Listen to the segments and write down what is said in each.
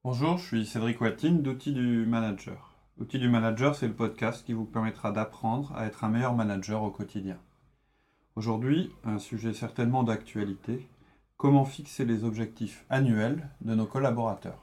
Bonjour, je suis Cédric Watine d'Outils du Manager. Outils du Manager, c'est le podcast qui vous permettra d'apprendre à être un meilleur manager au quotidien. Aujourd'hui, un sujet certainement d'actualité, comment fixer les objectifs annuels de nos collaborateurs.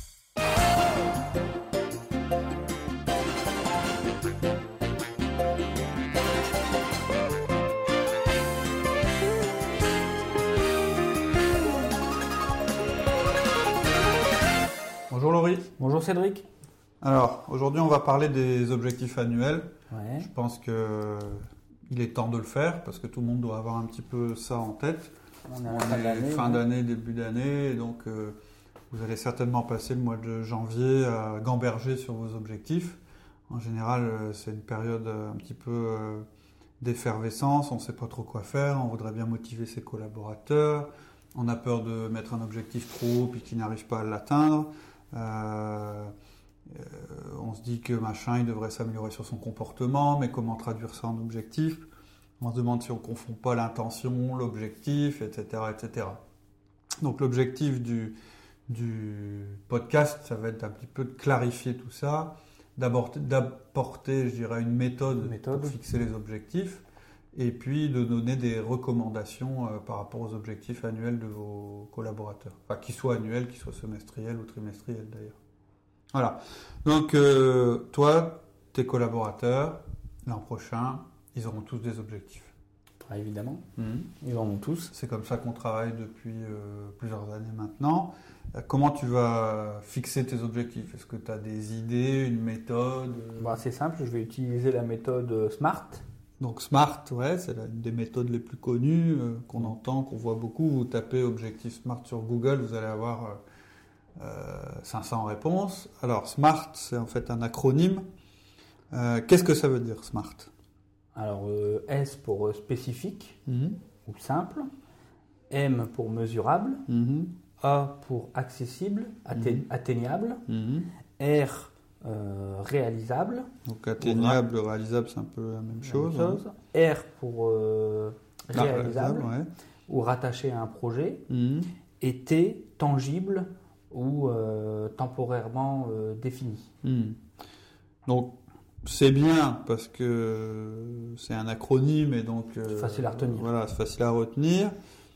Bonjour Laurie. Bonjour Cédric. Alors, aujourd'hui on va parler des objectifs annuels. Ouais. Je pense qu'il est temps de le faire parce que tout le monde doit avoir un petit peu ça en tête. On est à la fin de l'année. Fin d'année, début d'année, donc vous allez certainement passer le mois de janvier à gamberger sur vos objectifs. En général, c'est une période un petit peu d'effervescence, on ne sait pas trop quoi faire, on voudrait bien motiver ses collaborateurs, on a peur de mettre un objectif trop haut puis qu'il n'arrive pas à l'atteindre. On se dit que machin, il devrait s'améliorer sur son comportement, mais comment traduire ça en objectif? On se demande si on ne confond pas l'intention, l'objectif, etc., etc. Donc l'objectif du podcast, ça va être un petit peu de clarifier tout ça, d'apporter, je dirais, une méthode pour fixer les objectifs, et puis de donner des recommandations par rapport aux objectifs annuels de vos collaborateurs. Enfin, qu'ils soient annuels, qu'ils soient semestriels ou trimestriels d'ailleurs. Voilà. Donc, toi, tes collaborateurs, l'an prochain, ils auront tous des objectifs. Évidemment, ils en ont tous. C'est comme ça qu'on travaille depuis plusieurs années maintenant. Comment tu vas fixer tes objectifs? Est-ce que tu as des idées, une méthode? C'est simple, je vais utiliser la méthode SMART. Donc SMART, ouais, c'est une des méthodes les plus connues qu'on entend, qu'on voit beaucoup. Vous tapez objectif SMART sur Google, vous allez avoir 500 réponses. Alors SMART, c'est en fait un acronyme. Qu'est-ce que ça veut dire SMART? Alors S pour spécifique ou simple, M pour mesurable, A pour accessible, atteignable, R réalisable. Donc atteignable, réalisable, c'est un peu la même chose. R pour réalisable, ouais. Ou rattaché à un projet. Et T, tangible ou temporairement défini. Donc c'est bien parce que c'est un acronyme et donc c'est facile à retenir. Voilà, c'est facile à retenir.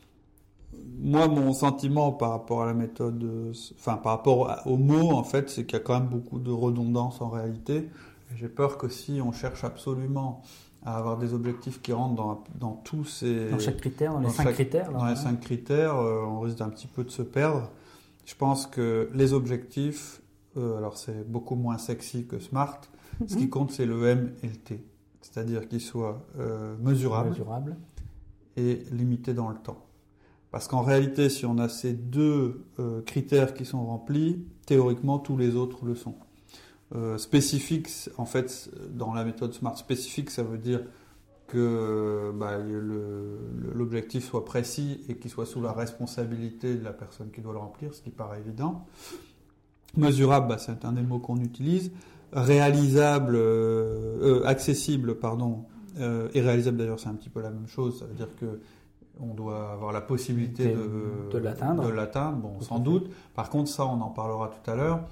Moi, mon sentiment par rapport à la méthode, par rapport aux mots, en fait, c'est qu'il y a quand même beaucoup de redondance en réalité. J'ai peur que si on cherche absolument à avoir des objectifs qui rentrent dans tous ces... Dans chaque critère, dans les 5 critères. Dans les 5 critères, on risque d'un petit peu de se perdre. Je pense que les objectifs, alors c'est beaucoup moins sexy que SMART, ce qui compte c'est le M et le T. C'est-à-dire qu'ils soient mesurables et limités dans le temps. Parce qu'en réalité, si on a ces deux critères qui sont remplis, théoriquement, tous les autres le sont. Spécifique, en fait, dans la méthode SMART, spécifique, ça veut dire que l'objectif soit précis et qu'il soit sous la responsabilité de la personne qui doit le remplir, ce qui paraît évident. Mesurable, c'est un des mots qu'on utilise. Réalisable, accessible, et réalisable d'ailleurs, c'est un petit peu la même chose. Ça veut dire que on doit avoir la possibilité de l'atteindre. Bon, sans doute. Par contre, ça, on en parlera tout à l'heure.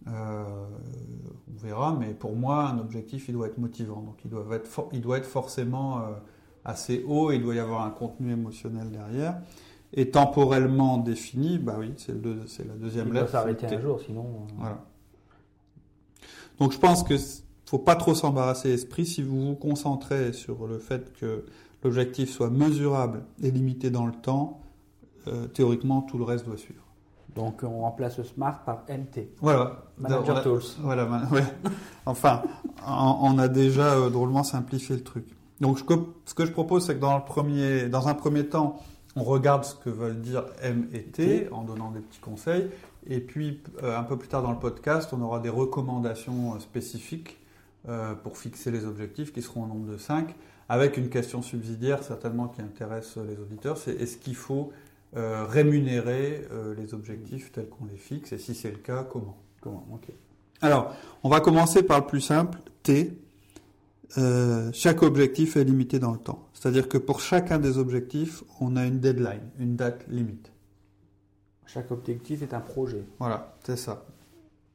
On verra, mais pour moi, un objectif, il doit être motivant. Donc, il doit être forcément assez haut et il doit y avoir un contenu émotionnel derrière. Et temporellement défini, oui, c'est la deuxième lettre. Il doit s'arrêter un jour, sinon... Voilà. Donc, je pense que faut pas trop s'embarrasser l'esprit si vous vous concentrez sur le fait que l'objectif soit mesurable et limité dans le temps, théoriquement, tout le reste doit suivre. Donc, on remplace SMART par MT. Voilà. Manager Tools. Voilà, ouais. Enfin, on a déjà drôlement simplifié le truc. Donc, ce que je propose, c'est que dans un premier temps, on regarde ce que veulent dire M et T en donnant des petits conseils. Et puis, un peu plus tard dans le podcast, on aura des recommandations spécifiques pour fixer les objectifs qui seront au nombre de 5, avec une question subsidiaire certainement qui intéresse les auditeurs, c'est est-ce qu'il faut rémunérer les objectifs tels qu'on les fixe, et si c'est le cas, comment? Okay. Alors, on va commencer par le plus simple, T. Chaque objectif est limité dans le temps. C'est-à-dire que pour chacun des objectifs, on a une deadline, une date limite. Chaque objectif est un projet. Voilà, c'est ça.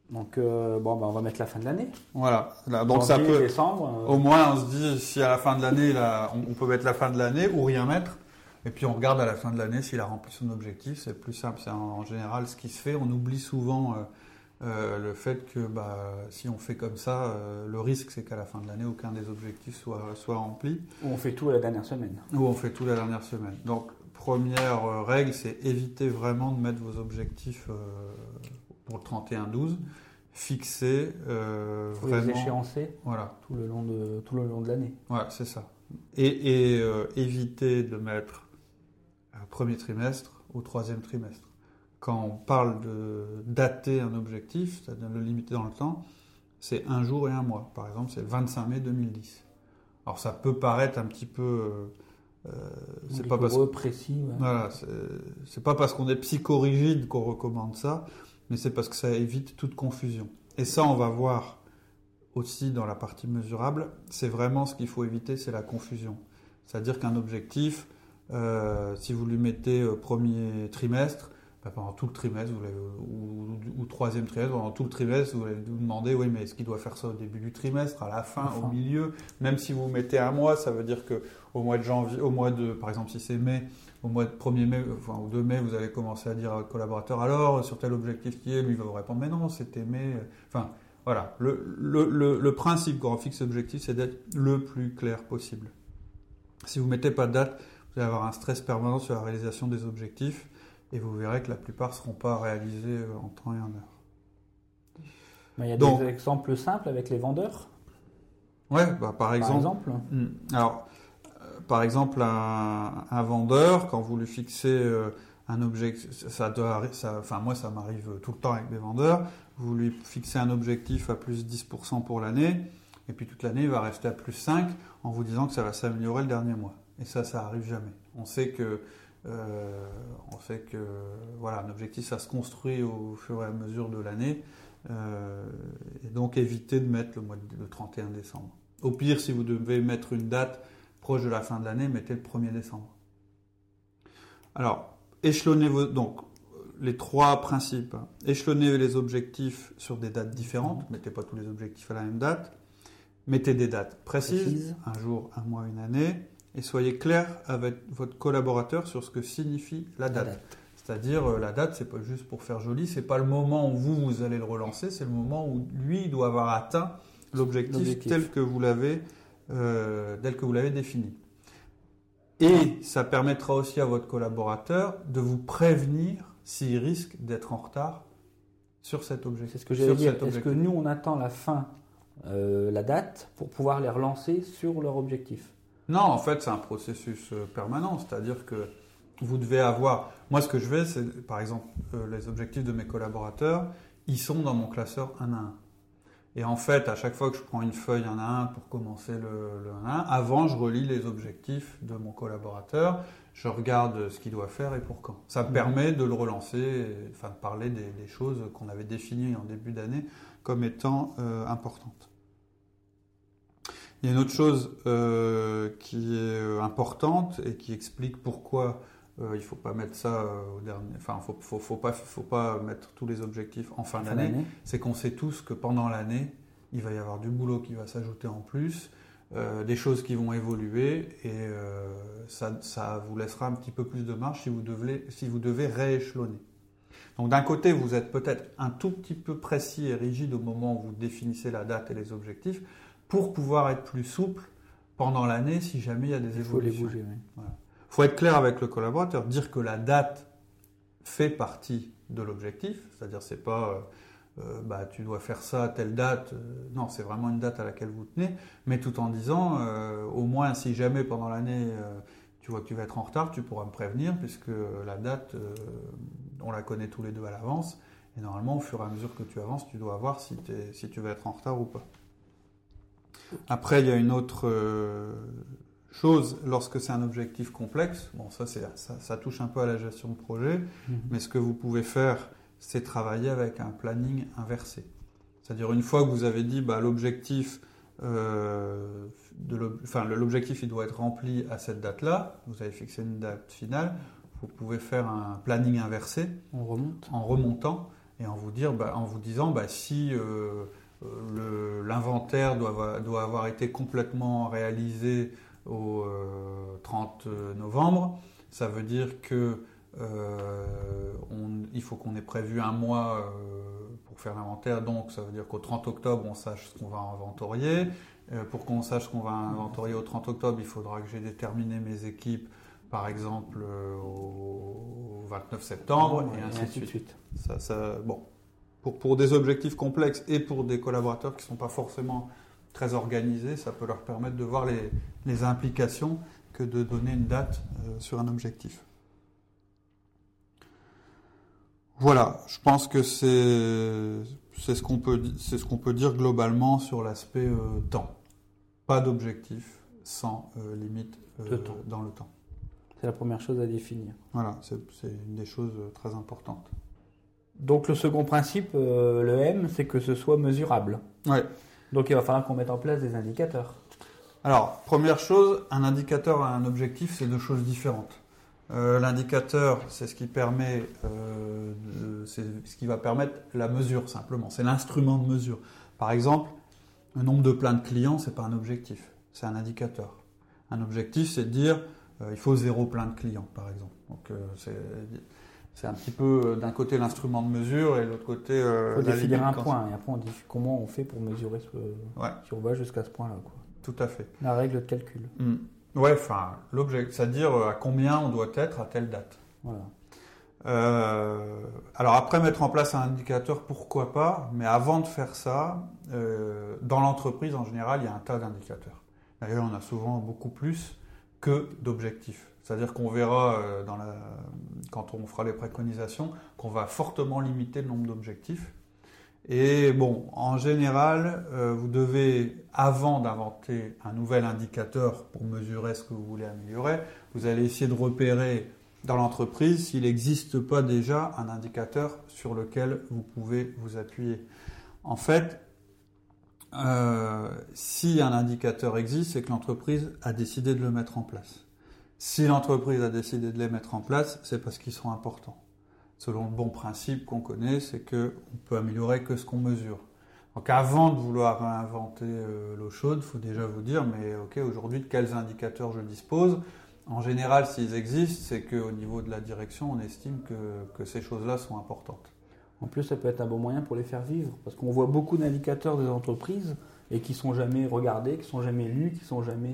Donc, on va mettre la fin de l'année. Voilà. Donc ça Janvier, peut. décembre. Au moins, on se dit si à la fin de l'année, on peut mettre la fin de l'année ou rien mettre. Et puis on regarde à la fin de l'année s'il a rempli son objectif. C'est plus simple. C'est en général ce qui se fait. On oublie souvent le fait que si on fait comme ça, le risque c'est qu'à la fin de l'année, aucun des objectifs soit rempli. Ou on fait tout à la dernière semaine. Donc première règle, c'est éviter vraiment de mettre vos objectifs pour le 31-12. Fixer vraiment. Les échéancer. Voilà. Tout le long de l'année. Voilà, c'est ça. Et éviter de mettre premier trimestre ou troisième trimestre. Quand on parle de dater un objectif, c'est-à-dire le limiter dans le temps, c'est un jour et un mois. Par exemple, c'est le 25 mai 2010. Alors ça peut paraître un petit peu... c'est pas parce que précis. Ouais. Voilà, c'est pas parce qu'on est psychorigide qu'on recommande ça, mais c'est parce que ça évite toute confusion. Et ça, on va voir aussi dans la partie mesurable, c'est vraiment ce qu'il faut éviter, c'est la confusion. C'est-à-dire qu'un objectif, si vous lui mettez premier trimestre, pendant tout le trimestre, ou troisième trimestre, pendant tout le trimestre, vous allez vous demander, oui, mais est-ce qu'il doit faire ça au début du trimestre, à la fin, au milieu? Même si vous mettez un mois, ça veut dire qu'au mois de janvier, par exemple, si c'est mai, au mois de 1er mai, au 2 mai, vous allez commencer à dire à votre collaborateur, alors, sur tel objectif qui est, lui, il va vous répondre, mais non, c'était mai. Voilà. Le principe quand on fixe l'objectif, c'est d'être le plus clair possible. Si vous ne mettez pas de date, vous allez avoir un stress permanent sur la réalisation des objectifs et vous verrez que la plupart ne seront pas réalisés en temps et en heure. Il y a des exemples simples avec les vendeurs. Oui, par exemple. Par exemple, un vendeur, quand vous lui fixez un objectif, moi ça m'arrive tout le temps avec des vendeurs, vous lui fixez un objectif à plus 10% pour l'année, et puis toute l'année il va rester à plus 5 en vous disant que ça va s'améliorer le dernier mois. Et ça arrive jamais. On sait que voilà, un objectif ça se construit au fur et à mesure de l'année, et donc évitez de mettre le 31 décembre. Au pire, si vous devez mettre une date proche de la fin de l'année, mettez le 1er décembre. Alors, échelonnez donc les trois principes. Échelonnez les objectifs sur des dates différentes. Mettez pas tous les objectifs à la même date. Mettez des dates précises, un jour, un mois, une année. Et soyez clair avec votre collaborateur sur ce que signifie la date. C'est-à-dire, la date, c'est pas juste pour faire joli, c'est pas le moment où vous allez le relancer, c'est le moment où lui il doit avoir atteint l'objectif tel que vous l'avez défini. Et ça permettra aussi à votre collaborateur de vous prévenir s'il risque d'être en retard sur cet objectif. C'est ce que j'allais dire. Est-ce que nous, on attend la fin, la date, pour pouvoir les relancer sur leur objectif? Non, en fait, c'est un processus permanent. C'est-à-dire que vous devez avoir... Moi, ce que je fais, c'est, par exemple, les objectifs de mes collaborateurs, ils sont dans mon classeur 1 à 1. Et en fait, à chaque fois que je prends une feuille 1 à 1 pour commencer le 1 à 1, avant, je relis les objectifs de mon collaborateur, je regarde ce qu'il doit faire et pour quand. Ça me permet de le relancer, de parler des choses qu'on avait définies en début d'année comme étant importantes. Il y a une autre chose qui est importante et qui explique pourquoi il ne faut pas mettre ça au dernier. Enfin, faut pas mettre tous les objectifs en fin d'année. C'est qu'on sait tous que pendant l'année, il va y avoir du boulot qui va s'ajouter en plus, des choses qui vont évoluer et ça vous laissera un petit peu plus de marge si vous devez rééchelonner. Donc d'un côté, vous êtes peut-être un tout petit peu précis et rigide au moment où vous définissez la date et les objectifs pour pouvoir être plus souple pendant l'année si jamais il y a des évolutions. Il faut les bouger, oui. Voilà. Faut être clair avec le collaborateur, dire que la date fait partie de l'objectif, c'est-à-dire c'est pas tu dois faire ça à telle date, non, c'est vraiment une date à laquelle vous tenez, mais tout en disant au moins si jamais pendant l'année tu vois que tu vas être en retard, tu pourras me prévenir puisque la date on la connaît tous les deux à l'avance et normalement au fur et à mesure que tu avances, tu dois voir si tu vas être en retard ou pas. Après, il y a une autre chose, lorsque c'est un objectif complexe, bon, ça touche un peu à la gestion de projet, mais ce que vous pouvez faire, c'est travailler avec un planning inversé. C'est-à-dire, une fois que vous avez dit, l'objectif, l'objectif, il doit être rempli à cette date-là, vous avez fixé une date finale, vous pouvez faire un planning inversé en remontant. et en vous disant si l'inventaire doit avoir été complètement réalisé au 30 novembre, ça veut dire que il faut qu'on ait prévu un mois pour faire l'inventaire, donc ça veut dire qu'au 30 octobre on sache ce qu'on va inventorier. Pour qu'on sache ce qu'on va inventorier au 30 octobre, il faudra que j'ai déterminé mes équipes, par exemple au 29 septembre, et ainsi de suite. Pour des objectifs complexes et pour des collaborateurs qui ne sont pas forcément très organisés, ça peut leur permettre de voir les implications que de donner une date sur un objectif. Voilà, je pense que c'est ce qu'on peut dire globalement sur l'aspect temps. Pas d'objectif sans limite dans le temps. C'est la première chose à définir. Voilà, c'est une des choses très importantes. Donc le second principe, le M, c'est que ce soit mesurable. Ouais. Donc il va falloir qu'on mette en place des indicateurs. Alors, première chose, un indicateur et un objectif, c'est deux choses différentes. L'indicateur, c'est ce qui permet, c'est ce qui va permettre la mesure simplement. C'est l'instrument de mesure. Par exemple, le nombre de plaintes clients, c'est pas un objectif, c'est un indicateur. Un objectif, c'est de dire il faut 0 plainte client, par exemple. Donc c'est un petit peu d'un côté l'instrument de mesure et de l'autre côté il faut définir un point et après on dit comment on fait pour mesurer si on va jusqu'à ce point-là, quoi. Tout à fait. La règle de calcul. Ouais, enfin l'objectif, c'est-à-dire à combien on doit être à telle date. Voilà. Alors après mettre en place un indicateur, pourquoi pas, mais avant de faire ça, dans l'entreprise en général, il y a un tas d'indicateurs. D'ailleurs, on a souvent beaucoup plus que d'objectifs. C'est-à-dire qu'on verra quand on fera les préconisations qu'on va fortement limiter le nombre d'objectifs. Et bon, en général, vous devez, avant d'inventer un nouvel indicateur pour mesurer ce que vous voulez améliorer, vous allez essayer de repérer dans l'entreprise s'il n'existe pas déjà un indicateur sur lequel vous pouvez vous appuyer. En fait, si un indicateur existe, c'est que l'entreprise a décidé de le mettre en place. Si l'entreprise a décidé de les mettre en place, c'est parce qu'ils sont importants. Selon le bon principe qu'on connaît, c'est qu'on peut améliorer que ce qu'on mesure. Donc avant de vouloir inventer l'eau chaude, il faut déjà vous dire, mais ok, aujourd'hui, de quels indicateurs je dispose ? En général, s'ils existent, c'est qu'au niveau de la direction, on estime que ces choses-là sont importantes. En plus, ça peut être un bon moyen pour les faire vivre, parce qu'on voit beaucoup d'indicateurs des entreprises et qui sont jamais regardés, qui sont jamais lus, qui sont jamais,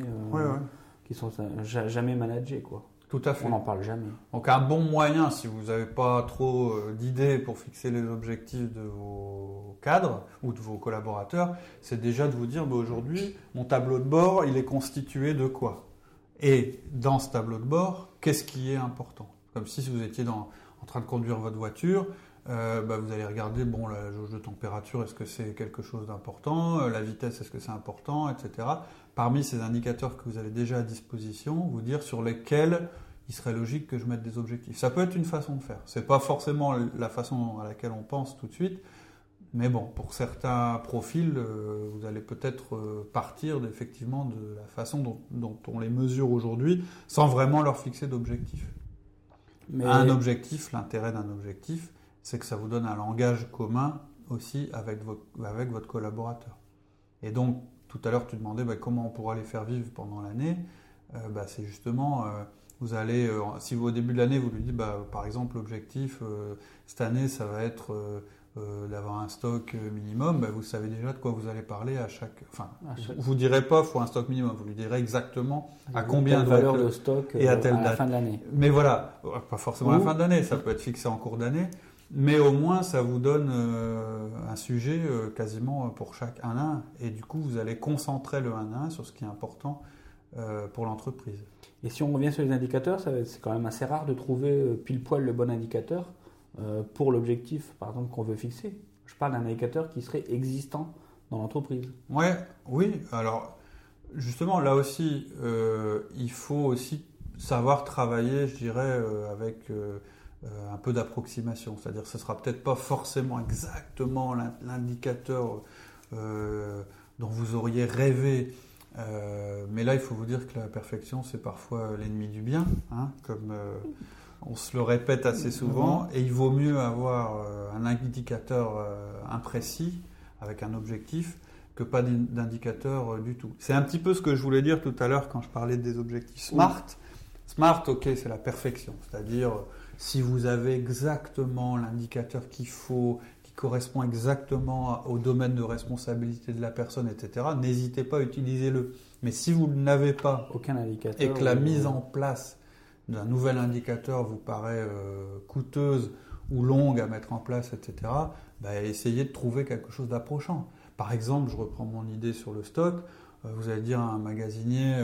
jamais managés, quoi. Tout à fait. On n'en parle jamais. Donc un bon moyen, si vous n'avez pas trop d'idées pour fixer les objectifs de vos cadres ou de vos collaborateurs, c'est déjà de vous dire, aujourd'hui, mon tableau de bord, il est constitué de quoi ? Et dans ce tableau de bord, qu'est-ce qui est important ? Comme si vous étiez en train de conduire votre voiture, vous allez regarder la jauge de température, est-ce que c'est quelque chose d'important ? La vitesse, est-ce que c'est important ? Etc. Parmi ces indicateurs que vous avez déjà à disposition, vous dire sur lesquels il serait logique que je mette des objectifs. Ça peut être une façon de faire. C'est pas forcément la façon à laquelle on pense tout de suite, mais bon, pour certains profils, vous allez peut-être partir effectivement de la façon dont on les mesure aujourd'hui, sans vraiment leur fixer d'objectifs. Mais un objectif, l'intérêt d'un objectif, c'est que ça vous donne un langage commun aussi avec votre collaborateur. Et donc, tout à l'heure, tu demandais comment on pourra les faire vivre pendant l'année. C'est justement, vous allez, si au début de l'année, vous lui dites, par exemple, l'objectif, cette année, ça va être d'avoir un stock minimum, vous savez déjà de quoi vous allez parler à chaque... Vous ne direz pas, il faut un stock minimum, vous lui direz exactement à combien de valeur de stock et à telle à la date. fin de l'année. Mais voilà, pas forcément à la fin de l'année, ça peut être fixé en cours d'année. Mais au moins, ça vous donne un sujet quasiment pour chaque 1-1. Et du coup, vous allez concentrer le 1-1 sur ce qui est important pour l'entreprise. Et si on revient sur les indicateurs, c'est quand même assez rare de trouver pile poil le bon indicateur pour l'objectif, par exemple, qu'on veut fixer. Je parle d'un indicateur qui serait existant dans l'entreprise. Oui. Alors, justement, là aussi, il faut aussi savoir travailler, je dirais, avec... un peu d'approximation, c'est-à-dire ce ne sera peut-être pas forcément exactement l'indicateur dont vous auriez rêvé, mais là il faut vous dire que la perfection c'est parfois l'ennemi du bien, comme On se le répète assez souvent et il vaut mieux avoir un indicateur imprécis avec un objectif que pas d'indicateur du tout. C'est un petit peu ce que je voulais dire tout à l'heure quand je parlais des objectifs SMART. SMART, ok, c'est la perfection. C'est-à-dire, si vous avez exactement l'indicateur qu'il faut, qui correspond exactement au domaine de responsabilité de la personne, etc., n'hésitez pas à utiliser le. Mais si vous n'avez pas aucun indicateur et que la mise en place d'un nouvel indicateur vous paraît coûteuse ou longue à mettre en place, etc., essayez de trouver quelque chose d'approchant. Par exemple, je reprends mon idée sur le stock, vous allez dire à un magasinier,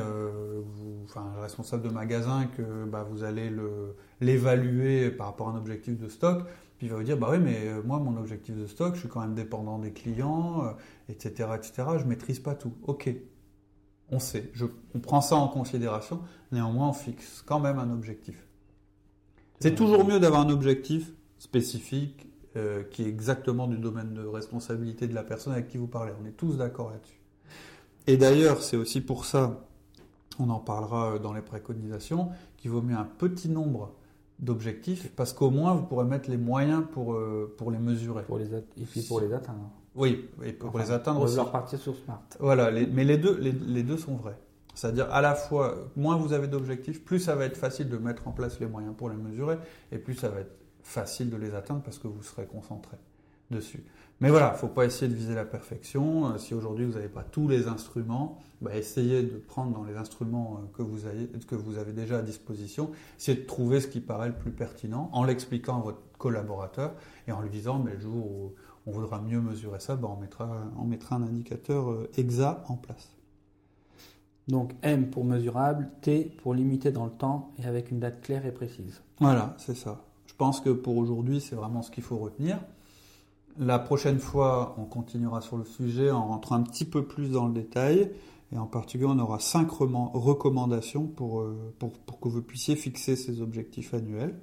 un responsable de magasin que vous allez l'évaluer par rapport à un objectif de stock, puis il va vous dire, oui, mais moi, mon objectif de stock, je suis quand même dépendant des clients, etc., je ne maîtrise pas tout. Ok, on sait, on prend ça en considération, néanmoins, on fixe quand même un objectif. C'est toujours mieux d'avoir un objectif spécifique, qui est exactement du domaine de responsabilité de la personne avec qui vous parlez. On est tous d'accord là-dessus. Et d'ailleurs, c'est aussi pour ça, on en parlera dans les préconisations, qu'il vaut mieux un petit nombre d'objectifs, parce qu'au moins, vous pourrez mettre les moyens pour les mesurer. Et puis pour les atteindre. Oui, et pour les atteindre aussi. On va repartir sur Smart. Voilà, mais les deux sont vrais. C'est-à-dire, à la fois, moins vous avez d'objectifs, plus ça va être facile de mettre en place les moyens pour les mesurer, et plus ça va être facile de les atteindre parce que vous serez concentré dessus. Mais voilà, il ne faut pas essayer de viser la perfection. Si aujourd'hui vous n'avez pas tous les instruments, essayez de prendre dans les instruments que vous avez déjà à disposition, essayez de trouver ce qui paraît le plus pertinent en l'expliquant à votre collaborateur et en lui disant, mais le jour où on voudra mieux mesurer ça, on mettra un indicateur exact en place. Donc M pour mesurable, T pour limité dans le temps et avec une date claire et précise. Voilà, c'est ça. Je pense que pour aujourd'hui, c'est vraiment ce qu'il faut retenir. La prochaine fois, on continuera sur le sujet en rentrant un petit peu plus dans le détail. Et en particulier, on aura 5 recommandations pour que vous puissiez fixer ces objectifs annuels.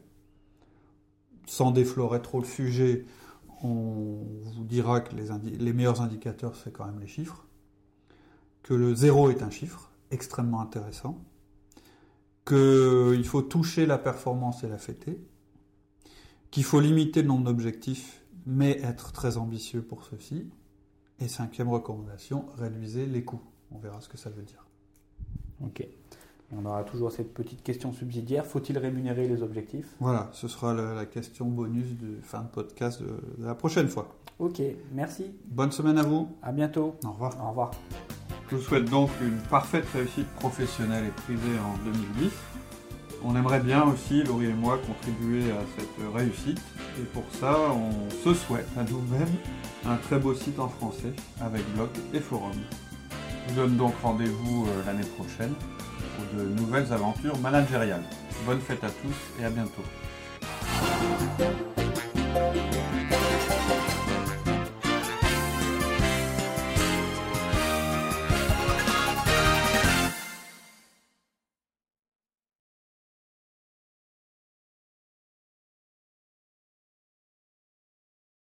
Sans déflorer trop le sujet, on vous dira que les meilleurs indicateurs, c'est quand même les chiffres. Que le 0 est un chiffre extrêmement intéressant. Qu'il faut toucher la performance et la fêter. Qu'il faut limiter le nombre d'objectifs, mais être très ambitieux pour ceci. Et 5e recommandation, réduisez les coûts. On verra ce que ça veut dire. Ok. On aura toujours cette petite question subsidiaire. Faut-il rémunérer les objectifs ? Voilà, ce sera la question bonus de fin de podcast de la prochaine fois. Ok, merci. Bonne semaine à vous. À bientôt. Au revoir. Au revoir. Je vous souhaite donc une parfaite réussite professionnelle et privée en 2010. On aimerait bien aussi, Laurie et moi, contribuer à cette réussite. Et pour ça, on se souhaite à nous-mêmes un très beau site en français avec blog et forum. Je vous donne donc rendez-vous l'année prochaine pour de nouvelles aventures managériales. Bonne fête à tous et à bientôt.